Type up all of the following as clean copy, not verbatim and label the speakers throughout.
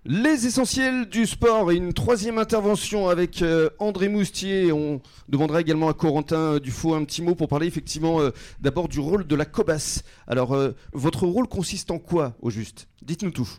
Speaker 1: Les essentiels du sport et une troisième intervention avec André Moustier. On demandera également à Corentin Dufault un petit mot pour parler effectivement d'abord du rôle de la COBAS. Alors, votre rôle consiste en quoi au juste ? Dites-nous tout.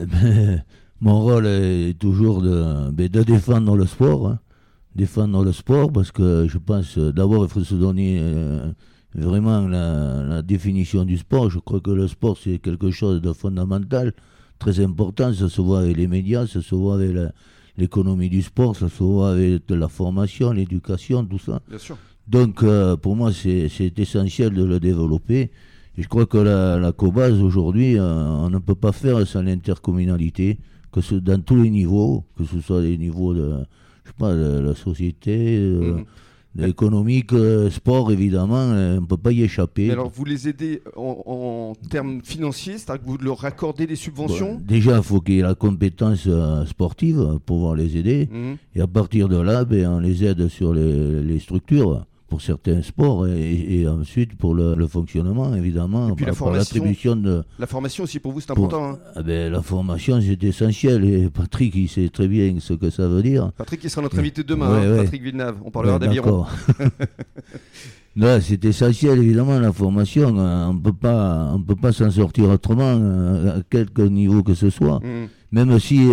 Speaker 2: Mon rôle est toujours de défendre le sport. Défendre le sport parce que je pense d'abord il faut se donner vraiment la définition du sport. Je crois que le sport c'est quelque chose de fondamental, très important. Ça se voit avec les médias, ça se voit avec l'économie du sport, ça se voit avec la formation, l'éducation, tout ça.
Speaker 1: Bien sûr.
Speaker 2: Donc pour moi c'est essentiel de le développer. Et je crois que la COBAS aujourd'hui, on ne peut pas faire sans l'intercommunalité, que ce, dans tous les niveaux, que ce soit les niveaux de la société, économique, sport évidemment, on ne peut pas y échapper.
Speaker 1: Mais alors vous les aidez en termes financiers, c'est-à-dire que vous leur raccordez des subventions ?
Speaker 2: Déjà, il faut qu'il y ait la compétence sportive pour pouvoir les aider. Et à partir de là, on les aide sur les structures pour certains sports et ensuite pour le fonctionnement, évidemment.
Speaker 1: Et puis
Speaker 2: par l'attribution de...
Speaker 1: La formation aussi pour vous, c'est important.
Speaker 2: La formation, c'est essentiel. Et Patrick, il sait très bien ce que ça veut dire.
Speaker 1: Patrick, qui sera notre invité demain, Patrick Villeneuve. On parlera d'aviron.
Speaker 2: Non, c'est essentiel, évidemment, la formation. On ne peut pas s'en sortir autrement, à quelque niveau que ce soit. Même si,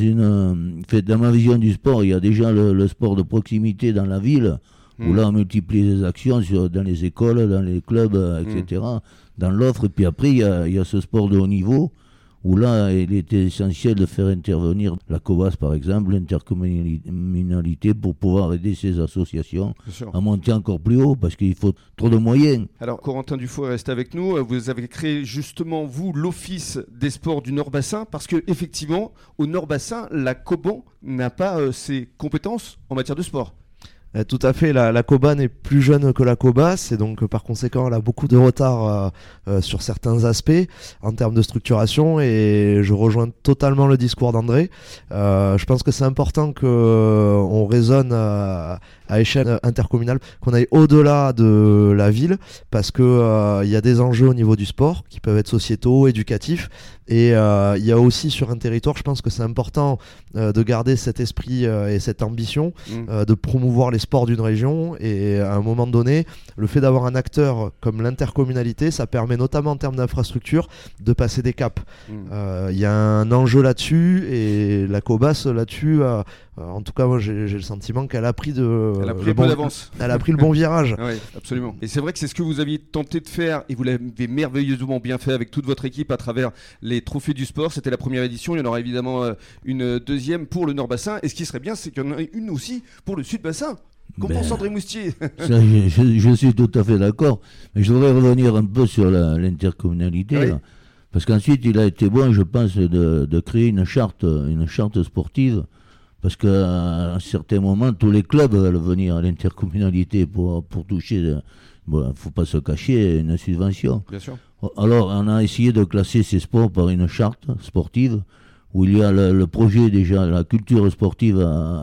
Speaker 2: dans ma vision du sport, il y a déjà le sport de proximité dans la ville, où là on multiplie les actions dans les écoles, dans les clubs, etc., dans l'offre. Et puis après, il y a ce sport de haut niveau, où là il était essentiel de faire intervenir la COBAS, par exemple, l'intercommunalité, pour pouvoir aider ces associations à monter encore plus haut, parce qu'il faut trop de moyens.
Speaker 1: Alors Corentin Dufault reste avec nous. Vous avez créé justement, vous, l'Office des sports du Nord-Bassin, parce qu'effectivement, au Nord-Bassin, la COBAN n'a pas ses compétences en matière de sport.
Speaker 3: Tout à fait, la COBAN est plus jeune que la COBAS et donc par conséquent elle a beaucoup de retard sur certains aspects en termes de structuration, et je rejoins totalement le discours d'André. Je pense que c'est important qu'on raisonne à échelle intercommunale, qu'on aille au-delà de la ville, parce que y a des enjeux au niveau du sport qui peuvent être sociétaux, éducatifs, et il y a aussi sur un territoire, je pense que c'est important de garder cet esprit et cette ambition de promouvoir les sports d'une région, et à un moment donné, le fait d'avoir un acteur comme l'intercommunalité, ça permet notamment en termes d'infrastructure de passer des caps. Il y a un enjeu là-dessus, et la COBAS là-dessus, en tout cas moi j'ai le sentiment qu'elle a pris
Speaker 1: un peu d'avance.
Speaker 3: Elle a pris le bon virage.
Speaker 1: Oui, absolument. Et c'est vrai que c'est ce que vous aviez tenté de faire, et vous l'avez merveilleusement bien fait avec toute votre équipe à travers les trophées du sport. C'était la première édition, il y en aura évidemment une deuxième pour le Nord-Bassin, et ce qui serait bien, c'est qu'il y en ait une aussi pour le Sud-Bassin. Qu'en pense André Moustier ?
Speaker 2: Ça, je suis tout à fait d'accord, mais je voudrais revenir un peu sur l'intercommunalité, là, parce qu'ensuite il a été bon, je pense, de créer une charte sportive, parce qu'à un certain moment tous les clubs veulent venir à l'intercommunalité pour toucher, il ne faut pas se cacher, une subvention.
Speaker 1: Bien sûr.
Speaker 2: Alors on a essayé de classer ces sports par une charte sportive où il y a le projet, déjà la culture sportive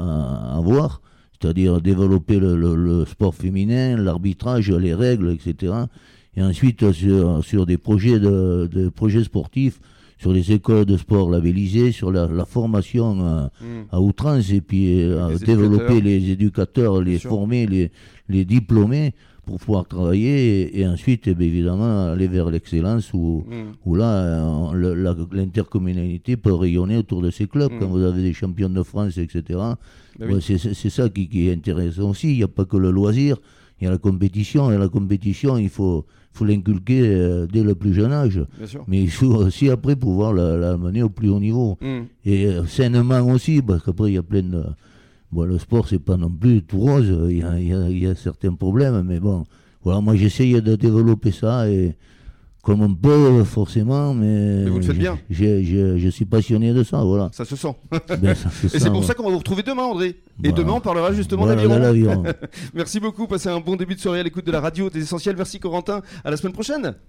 Speaker 2: à voir, c'est-à-dire développer le sport féminin, l'arbitrage, les règles, etc. Et ensuite sur des projets de projets sportifs, sur les écoles de sport labellisées, sur la formation à outrance, et puis développer les éducateurs, les former, les diplômer, pour pouvoir travailler, et ensuite évidemment aller vers l'excellence où là l'intercommunalité peut rayonner autour de ces clubs. Quand vous avez des champions de France, etc., c'est ça qui est intéressant aussi. Il n'y a pas que le loisir, il y a la compétition, et la compétition il faut l'inculquer dès le plus jeune âge, mais il faut aussi après pouvoir la mener au plus haut niveau, et sainement aussi, parce qu'après il y a plein de... le sport, c'est pas non plus tout rose, il y a certains problèmes, mais bon, voilà, moi j'essaye de développer ça, et comme on peut, forcément, mais
Speaker 1: vous le faites bien.
Speaker 2: Je suis passionné de ça, voilà.
Speaker 1: Ça se sent.
Speaker 2: Ça se
Speaker 1: et
Speaker 2: sent,
Speaker 1: c'est pour ça qu'on va vous retrouver demain, André. Et demain, on parlera justement d'aviron. Merci beaucoup, passez un bon début de soirée à l'écoute de la radio des Essentiels. Merci Corentin, à la semaine prochaine.